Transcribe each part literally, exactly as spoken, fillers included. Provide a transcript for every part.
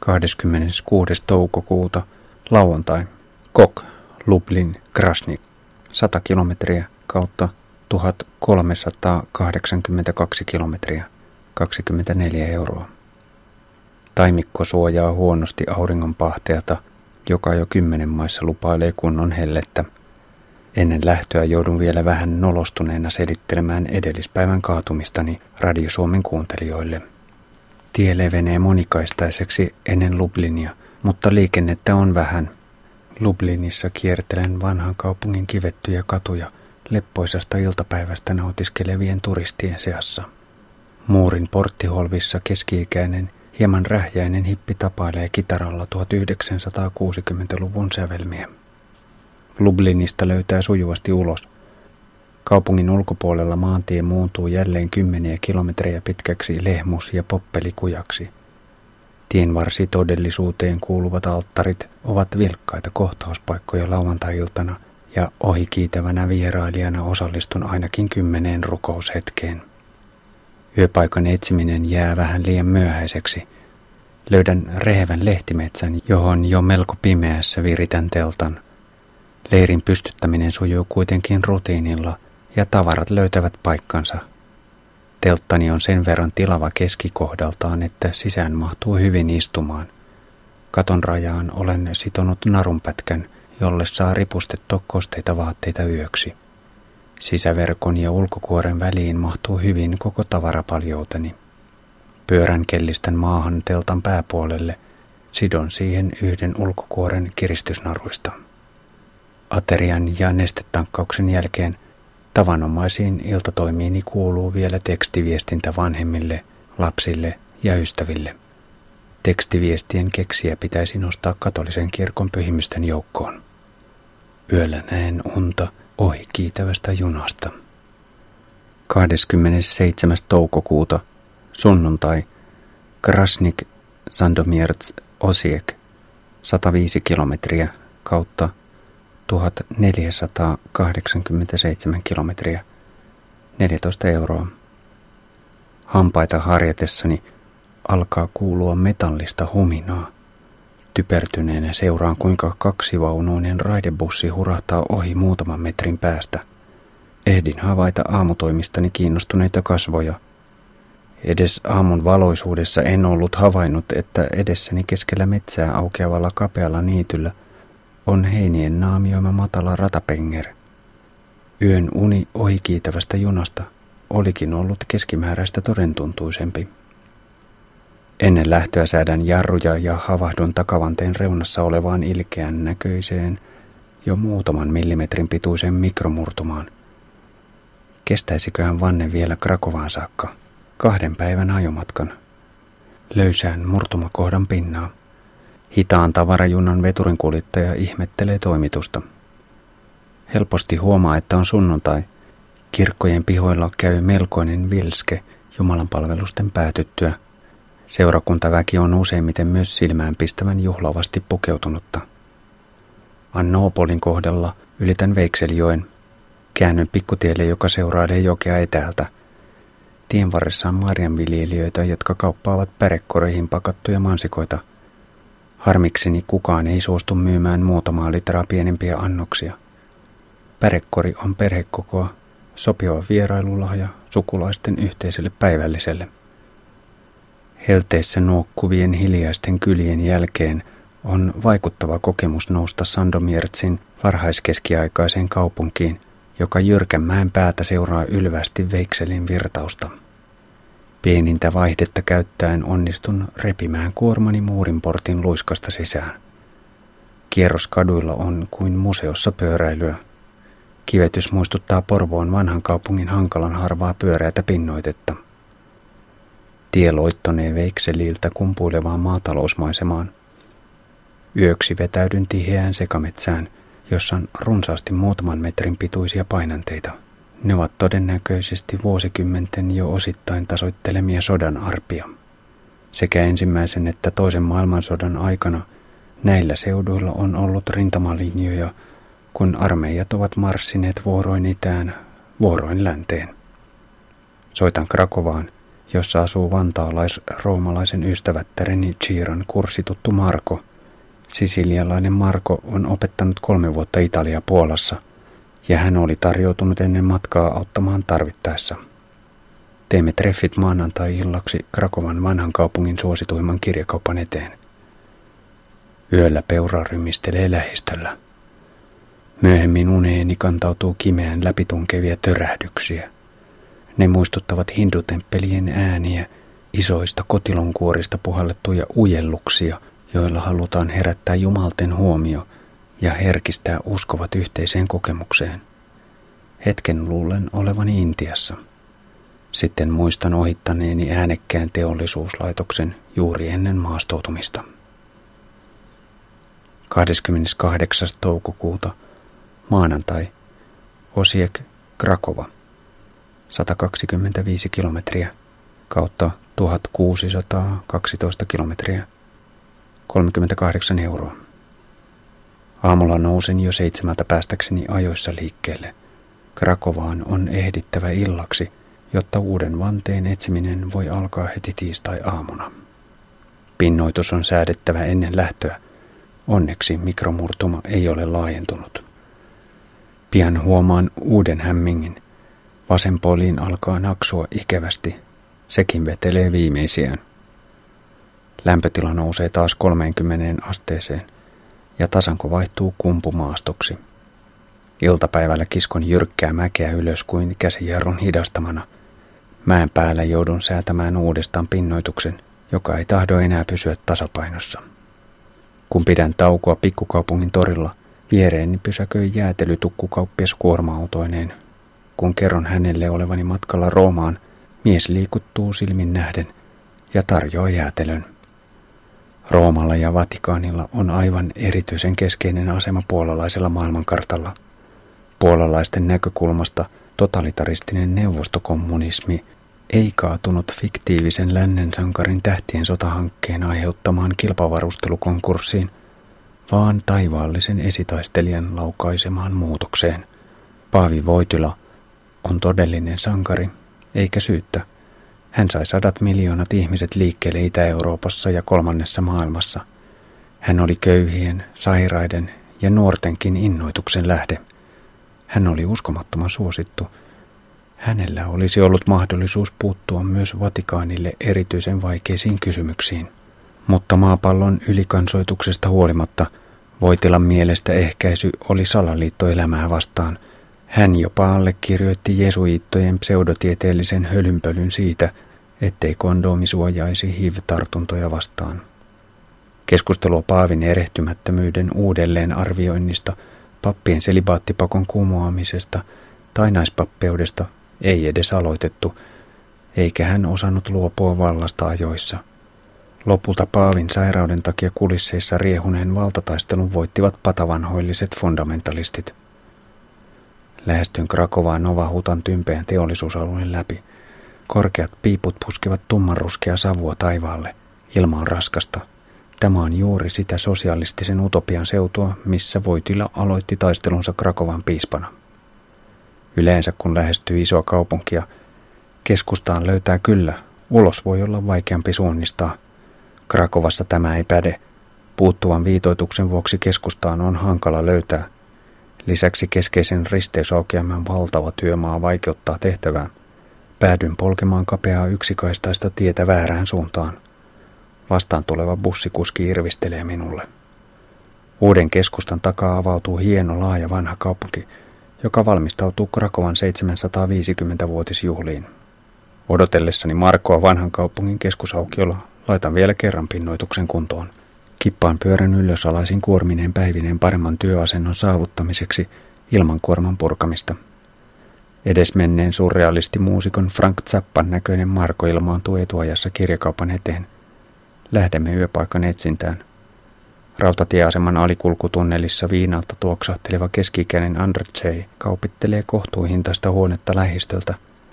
kahdeskymmeneskuudes toukokuuta, lauantai, Kok, Lublin, Krasnik, sata kilometriä kautta tuhatkolmesataakahdeksankymmentäkaksi kilometriä, kaksikymmentäneljä euroa. Taimikko suojaa huonosti auringonpahteata, joka jo kymmenen maissa lupailee kunnon hellettä. Ennen lähtöä joudun vielä vähän nolostuneena selittelemään edellispäivän kaatumistani Radio Suomen kuuntelijoille. Tie levenee monikaistaiseksi ennen Lublinia, mutta liikennettä on vähän. Lublinissa kiertelen vanhan kaupungin kivettyjä katuja leppoisasta iltapäivästä nautiskelevien turistien seassa. Muurin porttiholvissa keski-ikäinen, hieman rähjäinen hippi tapailee kitaralla tuhatyhdeksänsataakuusikymmentäluvun sävelmiä. Lublinista löytää sujuvasti ulos. Kaupungin ulkopuolella maantie muuntuu jälleen kymmeniä kilometrejä pitkäksi lehmus- ja poppelikujaksi. Tienvarsitodellisuuteen kuuluvat alttarit ovat vilkkaita kohtauspaikkoja lauantai-iltana ja ohikiitävänä vierailijana osallistun ainakin kymmeneen rukoushetkeen. Yöpaikan etsiminen jää vähän liian myöhäiseksi. Löydän rehevän lehtimetsän, johon jo melko pimeässä viritän teltan. Leirin pystyttäminen sujuu kuitenkin rutiinilla ja tavarat löytävät paikkansa. Telttani on sen verran tilava keskikohdaltaan, että sisään mahtuu hyvin istumaan. Katon rajaan olen sitonut narunpätkän, jolle saa ripustettua kosteita vaatteita yöksi. Sisäverkon ja ulkokuoren väliin mahtuu hyvin koko tavarapaljouteni. Pyörän kellistän maahan teltan pääpuolelle, sidon siihen yhden ulkokuoren kiristysnaruista. Aterian ja nestetankkauksen jälkeen tavanomaisiin iltatoimiini kuuluu vielä tekstiviestintä vanhemmille, lapsille ja ystäville. Tekstiviestien keksiä pitäisi nostaa katolisen kirkon pyhimysten joukkoon. Yöllä näen unta ohi kiitävästä junasta. kahdeskymmenesseitsemäs toukokuuta, sunnuntai, Krasnik, Sandomierz, Osiek, sata viisi kilometriä kautta tuhatneljäsataakahdeksankymmentäseitsemän kilometriä, neljätoista euroa. Hampaita harjatessani alkaa kuulua metallista huminaa. Typertyneenä seuraan, kuinka kaksivaunuinen raidebussi hurahtaa ohi muutaman metrin päästä. Ehdin havaita aamutoimistani kiinnostuneita kasvoja. Edes aamun valoisuudessa en ollut havainnut, että edessäni keskellä metsää aukeavalla kapealla niityllä on heinien naamioima matala ratapenger. Yön uni ohikiitävästä junasta olikin ollut keskimääräistä todentuntuisempi. Ennen lähtöä säädän jarruja ja havahdun takavanteen reunassa olevaan ilkeän näköiseen, jo muutaman millimetrin pituiseen mikromurtumaan. Kestäisiköhän vanne vielä Krakovaan saakka? Kahden päivän ajomatkan. Löysään murtumakohdan pinnaa. Hitaan tavarajunan veturinkuljettaja ihmettelee toimitusta. Helposti huomaa, että on sunnuntai. Kirkkojen pihoilla käy melkoinen vilske jumalanpalvelusten päätyttyä. Seurakuntaväki on useimmiten myös silmäänpistävän juhlavasti pukeutunutta. Annopolin kohdalla ylitän Veikseljoen. Käännyn pikkutielle, joka seurailee jokea etäältä. Tien varressa on marjanviljelijöitä, jotka kauppaavat pärekkoreihin pakattuja mansikoita. Harmikseni kukaan ei suostu myymään muutamaa litraa pienempiä annoksia. Pärekkori on perhekokoa, sopiva vierailulahja sukulaisten yhteiselle päivälliselle. Helteessä nuokkuvien hiljaisten kylien jälkeen on vaikuttava kokemus nousta Sandomiertsin varhaiskeskiaikaiseen kaupunkiin, joka Jyrkänmäen päätä seuraa ylvästi Veikselin virtausta. Pienintä vaihdetta käyttäen onnistun repimään kuormani muurinportin luiskasta sisään. Kierros kaduilla on kuin museossa pyöräilyä. Kivetys muistuttaa Porvoon vanhan kaupungin hankalan harvaa pyöreätä pinnoitetta. Tie loittonee Veikseliltä kumpuilevaan maatalousmaisemaan. Yöksi vetäydyn tiheään sekametsään, jossa on runsaasti muutaman metrin pituisia painanteita. Ne ovat todennäköisesti vuosikymmenten jo osittain tasoittelemia sodan arpia. Sekä ensimmäisen että toisen maailmansodan aikana näillä seuduilla on ollut rintamalinjoja, kun armeijat ovat marssineet vuoroin itään, vuoroin länteen. Soitan Krakovaan jossa asuu vantaalais-roomalaisen ystävättäreni Chiran kurssituttu Marko. Sisilialainen Marko on opettanut kolme vuotta Italia Puolassa, ja hän oli tarjoutunut ennen matkaa auttamaan tarvittaessa. Teemme treffit maanantai-illaksi Krakowan vanhan kaupungin suosituimman kirjakaupan eteen. Yöllä peura rymistelee lähistöllä. Myöhemmin uneeni kantautuu kimeän läpitunkevia törähdyksiä. Ne muistuttavat hindutemppelien ääniä, isoista kotilonkuorista puhallettuja ujelluksia, joilla halutaan herättää jumalten huomio ja herkistää uskovat yhteiseen kokemukseen. Hetken luulen olevani Intiassa. Sitten muistan ohittaneeni äänekkään teollisuuslaitoksen juuri ennen maastoutumista. kahdeskymmeneskahdeksas toukokuuta, maanantai, Osiek, Krakowa, sata kaksikymmentäviisi kilometriä kautta tuhatkuusisataakaksitoista kilometriä, kolmekymmentäkahdeksan euroa. Aamulla nousin jo seitsemältä päästäkseni ajoissa liikkeelle. Krakowaan on ehdittävä illaksi, jotta uuden vanteen etsiminen voi alkaa heti tiistai-aamuna. Pinnoitus on säädettävä ennen lähtöä. Onneksi mikromurtuma ei ole laajentunut. Pian huomaan uuden hämmingin. Vasen poliin alkaa naksua ikävästi. Sekin vetelee viimeisiään. Lämpötila nousee taas kolmeenkymmeneen asteeseen ja tasanko vaihtuu kumpumaastoksi. Iltapäivällä kiskon jyrkkää mäkeä ylös kuin käsijarrun hidastamana. Mäen päällä joudun säätämään uudestaan pinnoituksen, joka ei tahdo enää pysyä tasapainossa. Kun pidän taukoa pikkukaupungin torilla, viereeni pysäköi jäätelytukkukauppias kuorma-autoineen. Kun kerron hänelle olevani matkalla Roomaan, mies liikuttuu silmin nähden ja tarjoaa jäätelön. Roomalla ja Vatikaanilla on aivan erityisen keskeinen asema puolalaisella maailmankartalla. Puolalaisten näkökulmasta totalitaristinen neuvostokommunismi ei kaatunut fiktiivisen lännen sankarin tähtien sotahankkeen aiheuttamaan kilpavarustelukonkurssiin, vaan taivaallisen esitaistelijan laukaisemaan muutokseen. Paavi Voityla on todellinen sankari, eikä syyttä. Hän sai sadat miljoonat ihmiset liikkeelle Itä-Euroopassa ja kolmannessa maailmassa. Hän oli köyhien, sairaiden ja nuortenkin innoituksen lähde. Hän oli uskomattoman suosittu. Hänellä olisi ollut mahdollisuus puuttua myös Vatikaanille erityisen vaikeisiin kysymyksiin. Mutta maapallon ylikansoituksesta huolimatta Voitilan mielestä ehkäisy oli salaliittoelämää vastaan. Hän jopa allekirjoitti jesuiittojen pseudotieteellisen hölynpölyn siitä, ettei kondoomi suojaisi H I V-tartuntoja vastaan. Keskustelua paavin erehtymättömyyden uudelleenarvioinnista, pappien selibaattipakon kumoamisesta tai naispappeudesta ei edes aloitettu, eikä hän osannut luopua vallasta ajoissa. Lopulta paavin sairauden takia kulisseissa riehuneen valtataistelun voittivat patavanhoilliset fundamentalistit. Lähestyin Krakowaan Novahutan tympeän teollisuusalueen läpi. Korkeat piiput puskevat tummanruskea savua taivaalle. Ilma on raskasta. Tämä on juuri sitä sosialistisen utopian seutua, missä Voityla aloitti taistelunsa Krakowan piispana. Yleensä kun lähestyy isoa kaupunkia, keskustaan löytää kyllä, ulos voi olla vaikeampi suunnistaa. Krakowassa tämä ei päde. Puuttuvan viitoituksen vuoksi keskustaan on hankala löytää. Lisäksi keskeisen risteysaukeaman valtava työmaa vaikeuttaa tehtävää. Päädyin polkemaan kapeaa yksikaistaista tietä väärään suuntaan. Vastaan tuleva bussikuski irvistelee minulle. Uuden keskustan takaa avautuu hieno laaja vanha kaupunki, joka valmistautuu Krakowan seitsemänsataaviisikymmentävuotisjuhliin. Odotellessani Markoa vanhan kaupungin keskusaukiolla laitan vielä kerran pinnoituksen kuntoon. Kippaan pyörän ylösalaisin kuormineen päivineen paremman työasennon saavuttamiseksi ilman kuorman purkamista. Edesmenneen surrealistimuusikon Frank Zappan näköinen Marko ilmaantuu etuajassa kirjakaupan eteen. Lähdemme yöpaikan etsintään. Rautatieaseman alikulkutunnelissa viinalta tuoksahteleva keski-ikäinen Andrzej kaupittelee kohtuuhintaista huonetta lähistöltä.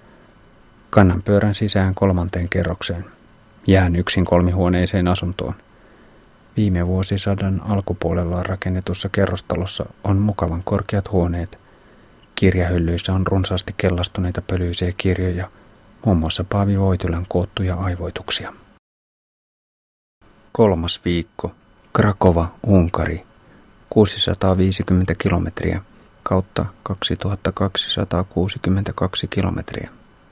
Kannan pyörän sisään kolmanteen kerrokseen. Jään yksin kolmihuoneiseen asuntoon. Viime vuosisadan alkupuolella rakennetussa kerrostalossa on mukavan korkeat huoneet. Kirjahyllyissä on runsaasti kellastuneita pölyisiä kirjoja, muun muassa Paavi Voitylän koottuja aivoituksia. Kolmas viikko. Krakova, Unkari. kuusisataaviisikymmentä kilometriä kautta kaksituhattakaksisataakuusikymmentäkaksi kilometriä.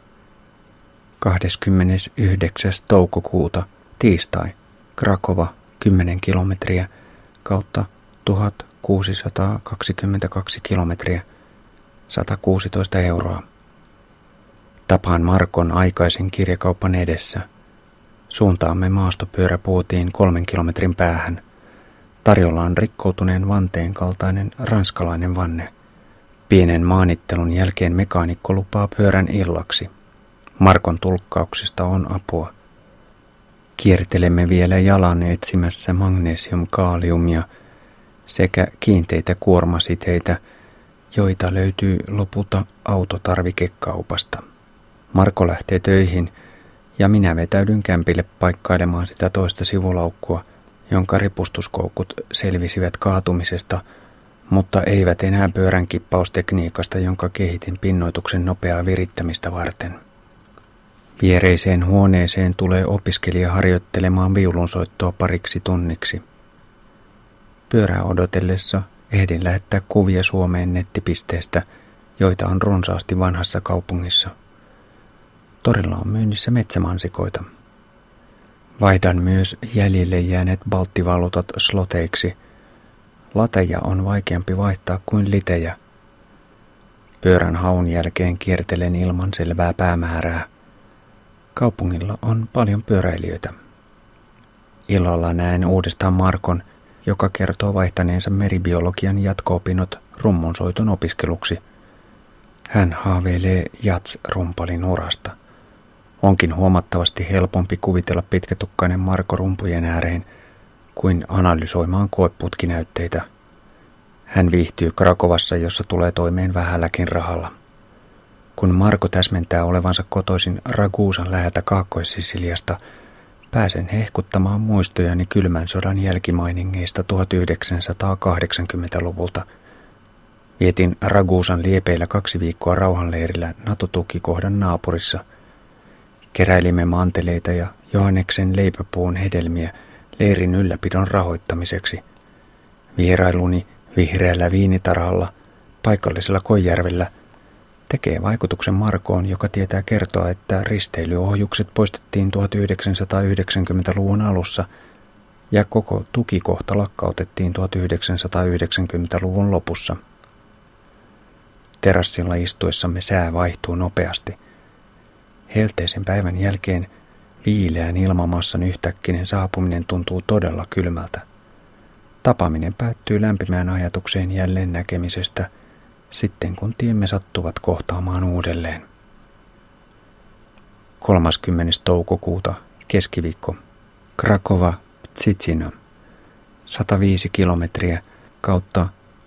kahdeskymmenesyhdeksäs toukokuuta, tiistai. Krakova, kymmenen kilometriä kautta tuhatkuusisataakaksikymmentäkaksi kilometriä, satakuusitoista euroa. Tapaan Markon aikaisen kirjakaupan edessä. Suuntaamme maastopyöräpuutiin kolmen kilometrin päähän. Tarjolla on rikkoutuneen vanteen kaltainen ranskalainen vanne. Pienen maanittelun jälkeen mekaanikko lupaa pyörän illaksi. Markon tulkkauksista on apua. Kiertelemme vielä jalan etsimässä magnesiumkaaliumia sekä kiinteitä kuormasiteitä, joita löytyy lopulta autotarvikekaupasta. Marko lähtee töihin ja minä vetäydyn kämpille paikkailemaan sitä toista sivulaukkua, jonka ripustuskoukut selvisivät kaatumisesta, mutta eivät enää pyörän kippaustekniikasta, jonka kehitin pinnoituksen nopeaa virittämistä varten. Viereiseen huoneeseen tulee opiskelija harjoittelemaan viulunsoittoa pariksi tunniksi. Pyörää odotellessa ehdin lähettää kuvia Suomeen nettipisteestä, joita on runsaasti vanhassa kaupungissa. Torilla on myynnissä metsämansikoita. Vaihdan myös jäljelle jääneet balttivaluutat sloteiksi. Lateja on vaikeampi vaihtaa kuin litejä. Pyörän haun jälkeen kiertelen ilman selvää päämäärää. Kaupungilla on paljon pyöräilijöitä. Illalla näen uudestaan Markon, joka kertoo vaihtaneensa meribiologian jatko-opinnot rummunsoiton opiskeluksi. Hän haaveilee jats-rumpalin urasta. Onkin huomattavasti helpompi kuvitella pitkätukkainen Marko rumpujen ääreen kuin analysoimaan koeputkinäytteitä. Hän viihtyy Krakovassa, jossa tulee toimeen vähälläkin rahalla. Kun Marko täsmentää olevansa kotoisin Ragusan läheltä Kaakkois-Sisiliasta, pääsen hehkuttamaan muistojani kylmän sodan jälkimainingeista tuhatyhdeksänsataakahdeksankymmentäluvulta. Vietin Ragusan liepeillä kaksi viikkoa rauhanleirillä NATO-tukikohdan naapurissa. Keräilimme manteleita ja Johanneksen leipäpuun hedelmiä leirin ylläpidon rahoittamiseksi. Vierailuni vihreällä viinitarhalla paikallisella Koijärvellä tekee vaikutuksen Markoon, joka tietää kertoa, että risteilyohjukset poistettiin tuhatyhdeksänsataayhdeksänkymmentäluvun alussa ja koko tukikohta lakkautettiin tuhatyhdeksänsataayhdeksänkymmentäluvun lopussa. Terassilla istuessamme sää vaihtuu nopeasti. Helteisen päivän jälkeen viileän ilmamassan yhtäkkinen saapuminen tuntuu todella kylmältä. Tapaaminen päättyy lämpimään ajatukseen jälleen näkemisestä, sitten kun tiemme sattuvat kohtaamaan uudelleen. kolmaskymmenes toukokuuta, keskiviikko. Krakova, Ptsitsina. sata viisi kilometriä kautta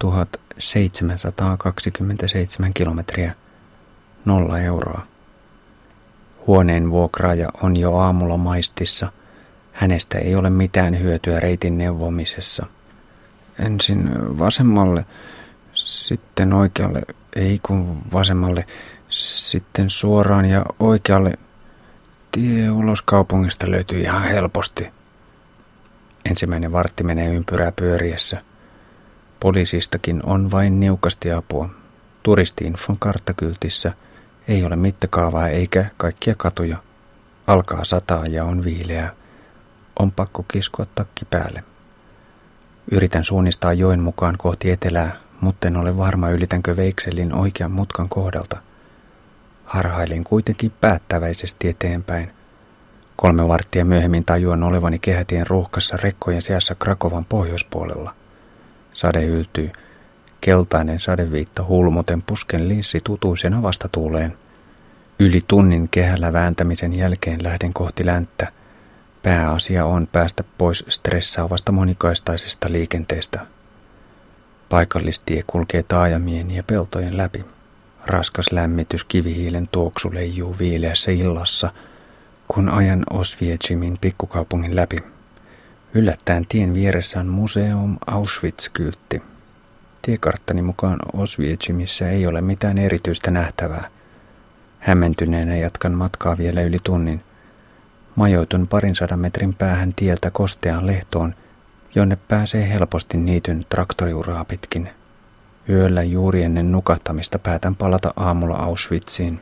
tuhatseitsemänsataakaksikymmentäseitsemän kilometriä. Nolla euroa. Huoneen vuokraaja on jo aamulla maistissa. Hänestä ei ole mitään hyötyä reitin neuvomisessa. Ensin vasemmalle, sitten oikealle, ei kun vasemmalle, sitten suoraan ja oikealle. Tie ulos kaupungista löytyy ihan helposti. Ensimmäinen vartti menee ympyrää pyöriessä. Poliisistakin on vain niukasti apua. Turisti-infon karttakyltissä ei ole mittakaavaa eikä kaikkia katuja. Alkaa sataa ja on viileää. On pakko kiskoa takki päälle. Yritän suunnistaa joen mukaan kohti etelää, mutta en ole varma ylitänkö veikselin oikean mutkan kohdalta. Harhailin kuitenkin päättäväisesti eteenpäin. Kolme varttia myöhemmin tajuan olevani kehätien ruuhkassa rekkojen seassa Krakovan pohjoispuolella. Sade yltyy. Keltainen sadeviitta hulmuten pusken linssi tutuisena vastatuuleen. Yli tunnin kehällä vääntämisen jälkeen lähden kohti länttä. Pääasia on päästä pois stressaavasta monikaistaisesta liikenteestä. Paikallistie kulkee taajamien ja peltojen läpi. Raskas lämmitys kivihiilen tuoksu leijuu viileässä illassa, kun ajan Oswiecimin pikkukaupungin läpi. Yllättäen tien vieressä on Museum Auschwitz-kyltti. Tiekarttani mukaan Oswiecimissä ei ole mitään erityistä nähtävää. Hämmentyneenä jatkan matkaa vielä yli tunnin. Majoitun parin sadan metrin päähän tieltä kosteaan lehtoon, jonne pääsee helposti niityn traktoriuraa pitkin. Yöllä juuri ennen nukahtamista päätän palata aamulla Auschwitziin.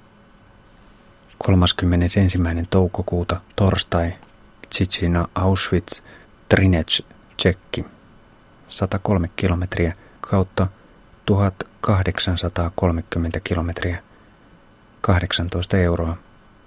kolmaskymmenesensimmäinen toukokuuta, torstai, Tšetšina, Auschwitz, Trinec, Tšekki. sata kolme kilometriä kautta tuhatkahdeksansataakolmekymmentä kilometriä. kahdeksantoista euroa.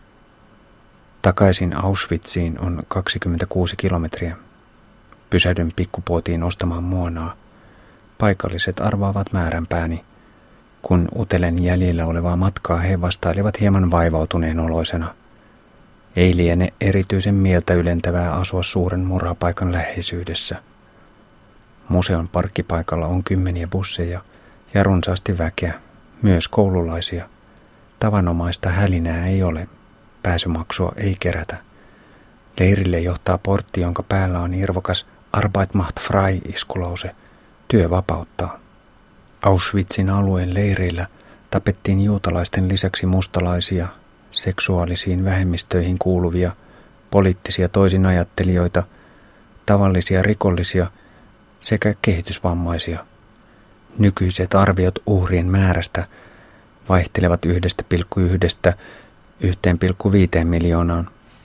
Takaisin Auschwitziin on kaksikymmentäkuusi kilometriä. Pysähdyn pikkupuotiin ostamaan muonaa. Paikalliset arvaavat määränpääni. Kun utelen jäljellä olevaa matkaa, he vastailivat hieman vaivautuneen oloisena. Ei liene erityisen mieltä ylentävää asua suuren murhapaikan läheisyydessä. Museon parkkipaikalla on kymmeniä busseja ja runsaasti väkeä, myös koululaisia. Tavanomaista hälinää ei ole. Pääsymaksua ei kerätä. Leirille johtaa portti, jonka päällä on irvokas Arbeit macht frei -iskulause. Työ vapauttaa. Auschwitzin alueen leireillä tapettiin juutalaisten lisäksi mustalaisia, seksuaalisiin vähemmistöihin kuuluvia, poliittisia toisinajattelijoita, tavallisia rikollisia sekä kehitysvammaisia. Nykyiset arviot uhrien määrästä vaihtelevat yhdestä pilkku yhdestä yhteen pilkku viiteen miljoonaan.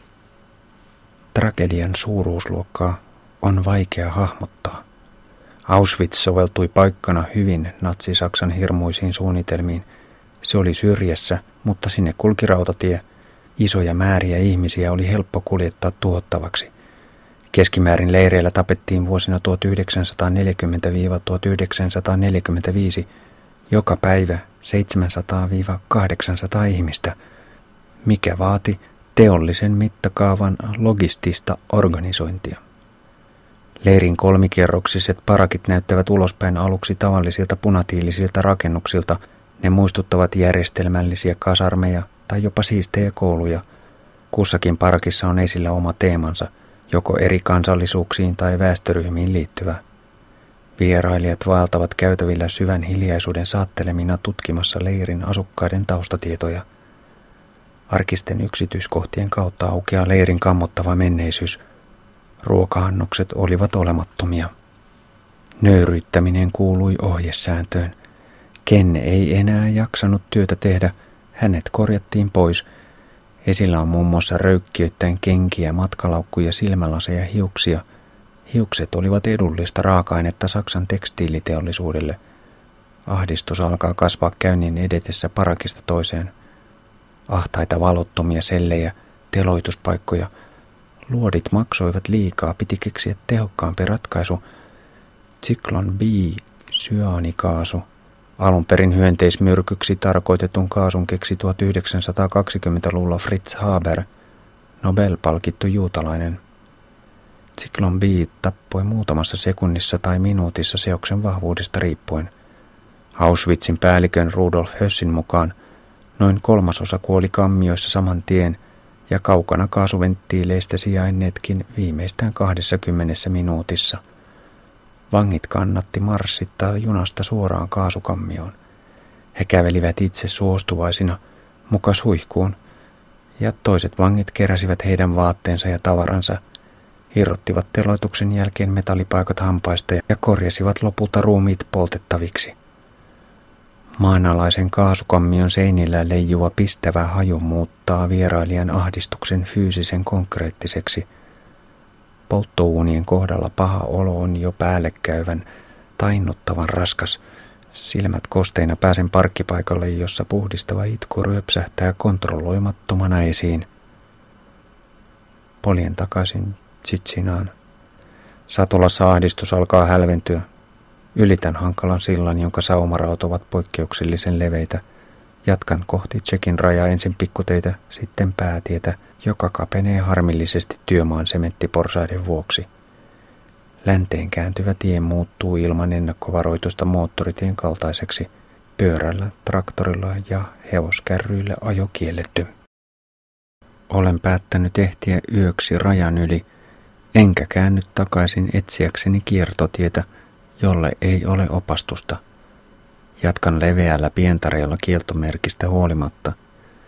Tragedian suuruusluokkaa on vaikea hahmottaa. Auschwitz soveltui paikkana hyvin natsi-Saksan hirmuisiin suunnitelmiin. Se oli syrjässä, mutta sinne kulki rautatie. Isoja määriä ihmisiä oli helppo kuljettaa tuhottavaksi. Keskimäärin leireillä tapettiin vuosina tuhatyhdeksänsataaneljäkymmentä - tuhatyhdeksänsataaneljäkymmentäviisi joka päivä seitsemänsataa - kahdeksansataa ihmistä, mikä vaati teollisen mittakaavan logistista organisointia. Leirin kolmikerroksiset parakit näyttävät ulospäin aluksi tavallisilta punatiilisiltä rakennuksilta. Ne muistuttavat järjestelmällisiä kasarmeja tai jopa siistejä kouluja. Kussakin parakissa on esillä oma teemansa, joko eri kansallisuuksiin tai väestöryhmiin liittyvä. Vierailijat vaeltavat käytävillä syvän hiljaisuuden saattelemina tutkimassa leirin asukkaiden taustatietoja. Arkisten yksityiskohtien kautta aukeaa leirin kammottava menneisyys. Ruoka-annokset olivat olemattomia. Nöyryyttäminen kuului ohjesääntöön. Ken ei enää jaksanut työtä tehdä, hänet korjattiin pois. Esillä on muun muassa röykkiöittäin kenkiä, matkalaukkuja, silmälaseja, hiuksia. Hiukset olivat edullista raaka-ainetta Saksan tekstiiliteollisuudelle. Ahdistus alkaa kasvaa käynnin edetessä parakista toiseen. Ahtaita valottomia sellejä, teloituspaikkoja. Luodit maksoivat liikaa, piti keksiä tehokkaampi ratkaisu. Zyklon B, syanikaasu. Alun perin hyönteismyrkyksi tarkoitetun kaasun keksi tuhatyhdeksänsataakaksikymmentäluvulla Fritz Haber, Nobel-palkittu juutalainen. Zyklon B tappoi muutamassa sekunnissa tai minuutissa seoksen vahvuudesta riippuen. Auschwitzin päällikön Rudolf Hössin mukaan noin kolmasosa kuoli kammioissa saman tien ja kaukana kaasuventtiileistä sijainneetkin viimeistään kahdessakymmenessä minuutissa. Vangit kannatti marssittaa junasta suoraan kaasukammioon. He kävelivät itse suostuvaisina muka suihkuun, ja toiset vangit keräsivät heidän vaatteensa ja tavaransa, irrottivat teloituksen jälkeen metallipaikat hampaista ja korjasivat lopulta ruumiit poltettaviksi. Maanalaisen kaasukammion seinillä leijuva pistävä haju muuttaa vierailijan ahdistuksen fyysisen konkreettiseksi. Polttouunien kohdalla paha olo on jo päällekäyvän, tainnuttavan raskas. Silmät kosteina pääsen parkkipaikalle, jossa puhdistava itku ryöpsähtää kontrolloimattomana esiin. Poljen takaisin Tšetšinaan. Satulassa ahdistus alkaa hälventyä. Ylitän hankalan sillan, jonka saumaraut ovat poikkeuksellisen leveitä. Jatkan kohti Tšekin rajaa ensin pikkuteitä, sitten päätietä, joka kapenee harmillisesti työmaan sementtiporsaiden vuoksi. Länteen kääntyvä tie muuttuu ilman ennakkovaroitusta moottoritien kaltaiseksi. Pyörällä, traktorilla ja hevoskärryillä ajo kielletty. Olen päättänyt ehtiä yöksi rajan yli, enkä käänny takaisin etsiäkseni kiertotietä, jolle ei ole opastusta. Jatkan leveällä pientareella kieltomerkistä huolimatta.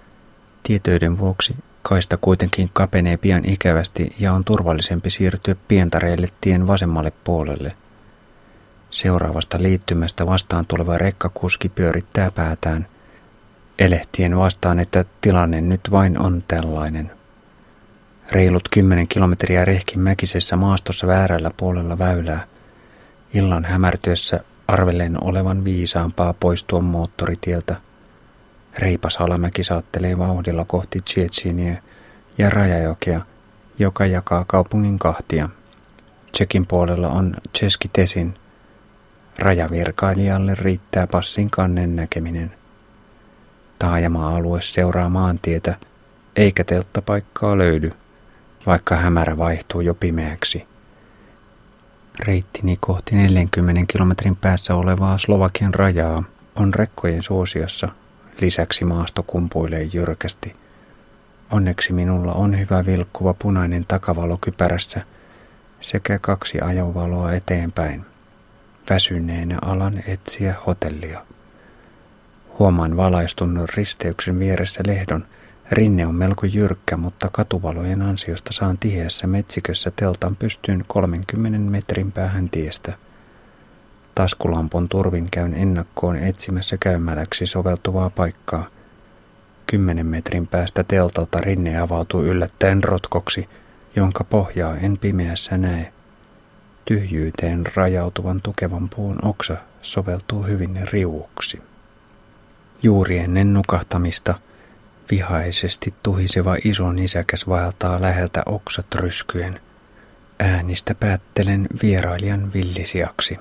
Tietöiden vuoksi kaista kuitenkin kapenee pian ikävästi ja on turvallisempi siirtyä pientareille tien vasemmalle puolelle. Seuraavasta liittymästä vastaan tuleva rekkakuski pyörittää päätään, elehtien vastaan, että tilanne nyt vain on tällainen. Reilut kymmenen kilometriä rehkimäkisessä maastossa väärällä puolella väylää. Illan hämärtyessä arvelen olevan viisaampaa poistua moottoritieltä. Reipas alamäki saattelee vauhdilla kohti Tšetšiniä ja Rajajokea, joka jakaa kaupungin kahtia. Tšekin puolella on Český Těšín. Rajavirkailijalle riittää passin kannen näkeminen. Taajama-alue seuraa maantietä, eikä telttapaikkaa löydy, vaikka hämärä vaihtuu jo pimeäksi. Reittini kohti neljänkymmenen kilometrin päässä olevaa Slovakian rajaa on rekkojen suosiossa. Lisäksi maasto kumpuilee jyrkästi. Onneksi minulla on hyvä vilkkuva punainen takavalo kypärässä sekä kaksi ajovaloa eteenpäin. Väsyneenä alan etsiä hotellia. Huomaan valaistun risteyksen vieressä lehdon. Rinne on melko jyrkkä, mutta katuvalojen ansiosta saan tiheässä metsikössä teltan pystyyn kolmenkymmenen metrin päähän tiestä. Taskulampun turvin käyn ennakkoon etsimässä käymäläksi soveltuvaa paikkaa. Kymmenen metrin päästä teltalta rinne avautuu yllättäen rotkoksi, jonka pohjaa en pimeässä näe. Tyhjyyteen rajautuvan tukevan puun oksa soveltuu hyvin riuuksi. Juuri ennen nukahtamista vihaisesti tuhiseva iso nisäkäs vaeltaa läheltä oksat ryskyen. Äänistä päättelen vierailijan villisiaksi.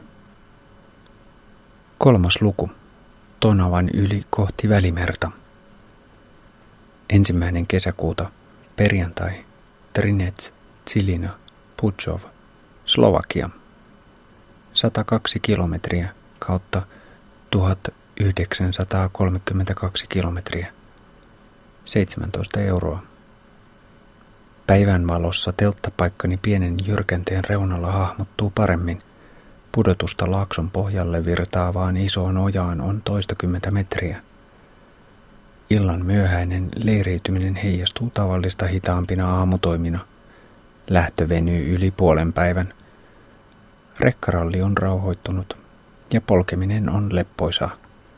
Kolmas luku. Tonavan yli kohti Välimerta. Ensimmäinen kesäkuuta. Perjantai. Trinec, Žilina, Pučov, Slovakia. sata kaksi kilometriä kautta tuhatyhdeksänsataakolmekymmentäkaksi kilometriä. seitsemäntoista euroa. Päivän valossa telttapaikkani pienen jyrkänteen reunalla hahmottuu paremmin. Pudotusta laakson pohjalle virtaavaan isoon ojaan on toistakymmentä metriä. Illan myöhäinen leiriytyminen heijastuu tavallista hitaampina aamutoimina. Lähtö venyy yli puolen päivän. Rekkaralli on rauhoittunut ja polkeminen on leppoisaa.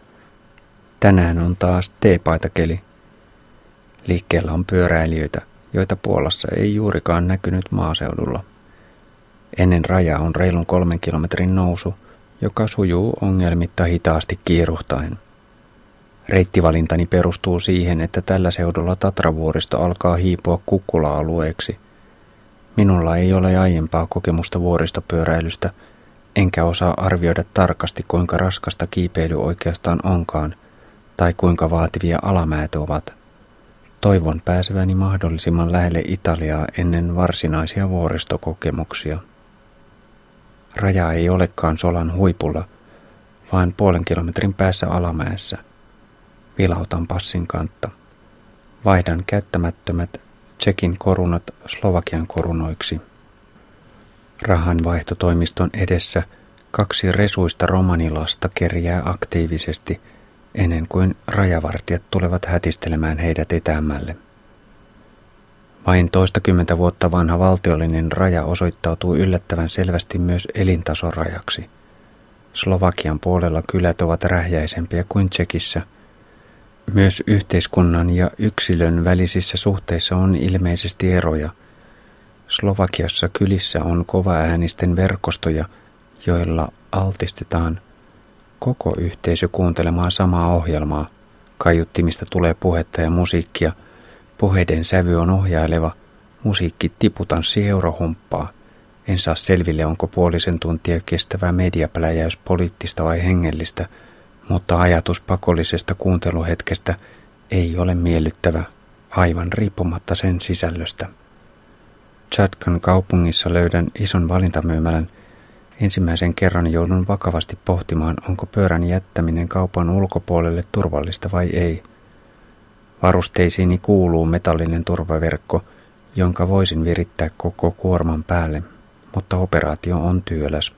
Tänään on taas teepaitakeli. Liikkeellä on pyöräilijöitä, joita Puolassa ei juurikaan näkynyt maaseudulla. Ennen rajaa on reilun kolmen kilometrin nousu, joka sujuu ongelmitta hitaasti kiiruhtaen. Reittivalintani perustuu siihen, että tällä seudulla Tatravuoristo alkaa hiipua kukkula-alueeksi. Minulla ei ole aiempaa kokemusta vuoristopyöräilystä, enkä osaa arvioida tarkasti, kuinka raskasta kiipeily oikeastaan onkaan, tai kuinka vaativia alamäet ovat. Toivon pääseväni mahdollisimman lähelle Italiaa ennen varsinaisia vuoristokokemuksia. Raja ei olekaan Solan huipulla, vaan puolen kilometrin päässä alamäessä. Vilautan passin kantta. Vaihdan käyttämättömät Tšekin korunat Slovakian korunoiksi. Rahanvaihtotoimiston edessä kaksi resuista romanilasta kerjää aktiivisesti, ennen kuin rajavartijat tulevat hätistelemään heidät etäämmälle. Vain toistakymmentä vuotta vanha valtiollinen raja osoittautuu yllättävän selvästi myös elintasorajaksi. Slovakian puolella kylät ovat rähjäisempiä kuin Tšekissä. Myös yhteiskunnan ja yksilön välisissä suhteissa on ilmeisesti eroja. Slovakiassa kylissä on kovaäänisten verkostoja, joilla altistetaan koko yhteisö kuuntelemaan samaa ohjelmaa. Kaiuttimista tulee puhetta ja musiikkia. Puheiden sävy on ohjaileva. Musiikki tiputanssi eurohumppaa. En saa selville, onko puolisen tuntia kestävä mediapläjäys poliittista vai hengellistä, mutta ajatus pakollisesta kuunteluhetkestä ei ole miellyttävä, aivan riippumatta sen sisällöstä. Tšatkan kaupungissa löydän ison valintamyymälän. Ensimmäisen kerran joudun vakavasti pohtimaan, onko pyörän jättäminen kaupan ulkopuolelle turvallista vai ei. Varusteisiini kuuluu metallinen turvaverkko, jonka voisin virittää koko kuorman päälle, mutta operaatio on työläs.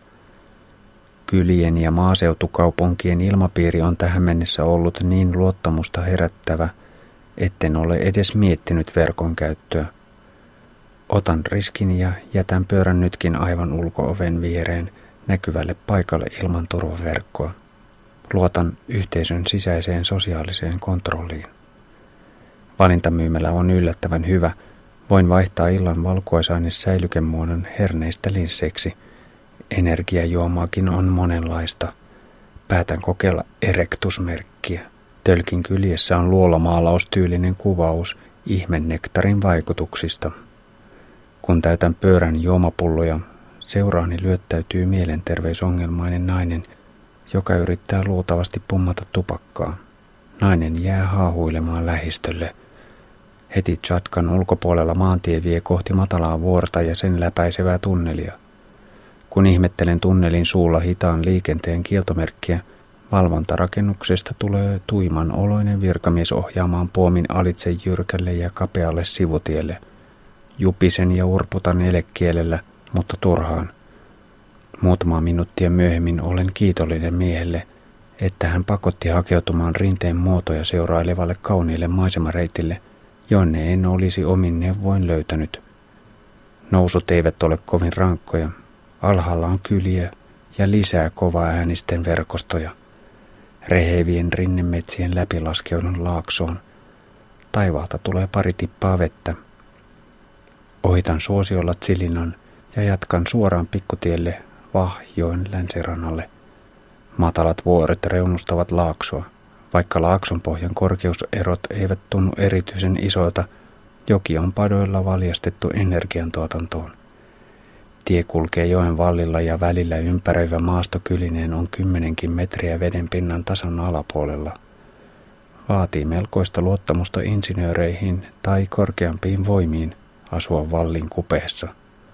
Kylien ja maaseutukaupunkien ilmapiiri on tähän mennessä ollut niin luottamusta herättävä, etten ole edes miettinyt verkon käyttöä. Otan riskin ja jätän pyörän nytkin aivan ulko-oven viereen näkyvälle paikalle ilman turvaverkkoa. Luotan yhteisön sisäiseen sosiaaliseen kontrolliin. Valintamyymälä on yllättävän hyvä. Voin vaihtaa illan valkuaisaines-säilykemuodon herneistä linsseiksi. Energiajuomaakin on monenlaista. Päätän kokeilla Erectus-merkkiä. Tölkin kyljessä on luolamaalaustyylinen kuvaus ihmennektarin vaikutuksista. Kun täytän pyörän juomapulloja, seuraani lyöttäytyy mielenterveysongelmainen nainen, joka yrittää luultavasti pummata tupakkaa. Nainen jää haahuilemaan lähistölle. Heti Chatkan ulkopuolella maantie vie kohti matalaa vuorta ja sen läpäisevää tunnelia. Kun ihmettelen tunnelin suulla hitaan liikenteen kieltomerkkiä, valvontarakennuksesta tulee tuiman oloinen virkamies ohjaamaan puomin alitse jyrkälle ja kapealle sivutielle. Jupisen ja urputan elekielellä, mutta turhaan. Muutama minuuttia myöhemmin olen kiitollinen miehelle, että hän pakotti hakeutumaan rinteen muotoja seurailevalle kauniille maisemareitille, jonne en olisi omin neuvoin löytänyt. Nousut eivät ole kovin rankkoja. Alhaalla on kyliä ja lisää kovaäänisten verkostoja. Rehevien rinnemetsien läpi laskeudun laaksoon. Taivaalta tulee pari tippaa vettä. Ohitan suosiolla Tsilinan ja jatkan suoraan pikkutielle Vahjoen länsirannalle. Matalat vuoret reunustavat laaksoa. Vaikka laakson pohjan korkeuserot eivät tunnu erityisen isoilta, joki on padoilla valjastettu energiantuotantoon. Tie kulkee joen vallilla ja välillä ympäröivä maasto kylineen on kymmenenkin metriä veden pinnan tasan alapuolella. Vaatii melkoista luottamusta insinööreihin tai korkeampiin voimiin asua vallin kupeessa.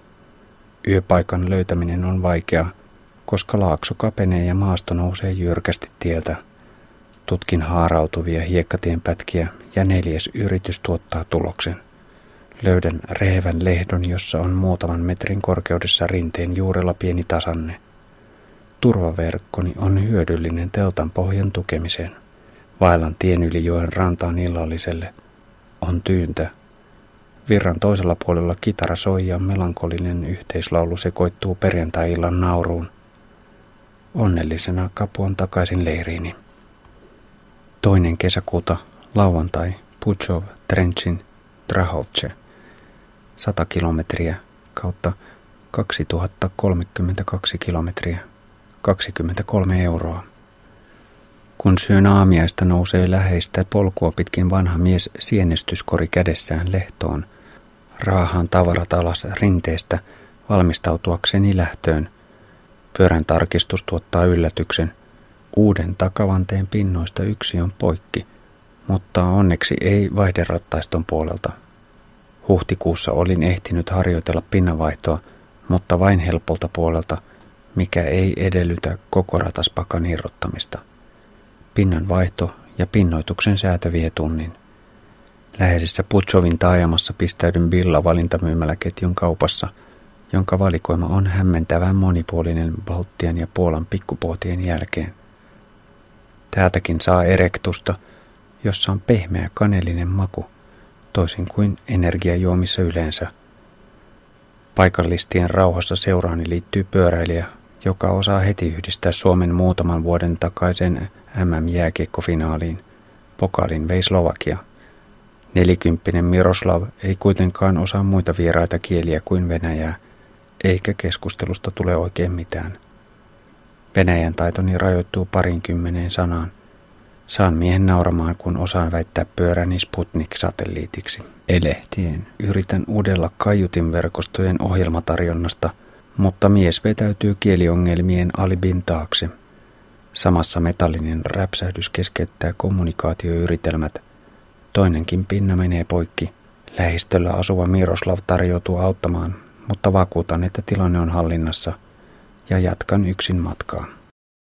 Yöpaikan löytäminen on vaikeaa, koska laakso kapenee ja maasto nousee jyrkästi tieltä. Tutkin haarautuvia hiekkatienpätkiä ja neljäs yritys tuottaa tuloksen. Löydän rehevän lehdon, jossa on muutaman metrin korkeudessa rinteen juurella pieni tasanne. Turvaverkkoni on hyödyllinen teltan pohjan tukemiseen. Vaellan tien yli joen rantaan illalliselle. On tyyntä. Virran toisella puolella kitara soi ja melankolinen yhteislaulu sekoittuu perjantai-illan nauruun. Onnellisena kapuan takaisin leiriini. Toinen kesäkuuta, lauantai, Puchov, Trenchin, Drahovce. Sata kilometriä kautta kaksituhatta kolmekymmentäkaksi kilometriä, kaksikymmentäkolme euroa. Kun syön aamiaista, nousee läheistä polkua pitkin vanha mies sienestyskori kädessään lehtoon. Raahaan tavarat alas rinteestä valmistautuakseni lähtöön. Pyörän tarkistus tuottaa yllätyksen. Uuden takavanteen pinnoista yksi on poikki, mutta onneksi ei vaihderattaiston puolelta. Huhtikuussa olin ehtinyt harjoitella pinnanvaihtoa, mutta vain helpolta puolelta, mikä ei edellytä koko rataspakan irrottamista. Pinnan vaihto ja pinnoituksen säätö vie tunnin. Läheisessä Puchovin taajamassa pistäydyn Billa-valintamyymäläketjun kaupassa, jonka valikoima on hämmentävän monipuolinen Baltian ja Puolan pikkupuotien jälkeen. Täältäkin saa Erectusta, jossa on pehmeä kanelinen maku, toisin kuin energiajuomissa yleensä. Paikallistien rauhassa seuraani liittyy pyöräilijä, joka osaa heti yhdistää Suomen muutaman vuoden takaisen M M-jääkiekkofinaaliin. Pokaalin vei Slovakia. Nelikymppinen Miroslav ei kuitenkaan osaa muita vieraita kieliä kuin venäjää, eikä keskustelusta tule oikein mitään. Venäjän taitoni rajoittuu parinkymmeneen sanaan. Saan miehen nauramaan, kun osaan väittää pyöräni Sputnik-satelliitiksi. Elehtien yritän uudella kaiutinverkostojen ohjelmatarjonnasta, mutta mies vetäytyy kieliongelmien alibin taakse. Samassa metallinen räpsähdys keskeyttää kommunikaatioyritelmät. Toinenkin pinna menee poikki. Lähistöllä asuva Miroslav tarjoutuu auttamaan, mutta vakuutan, että tilanne on hallinnassa ja jatkan yksin matkaa.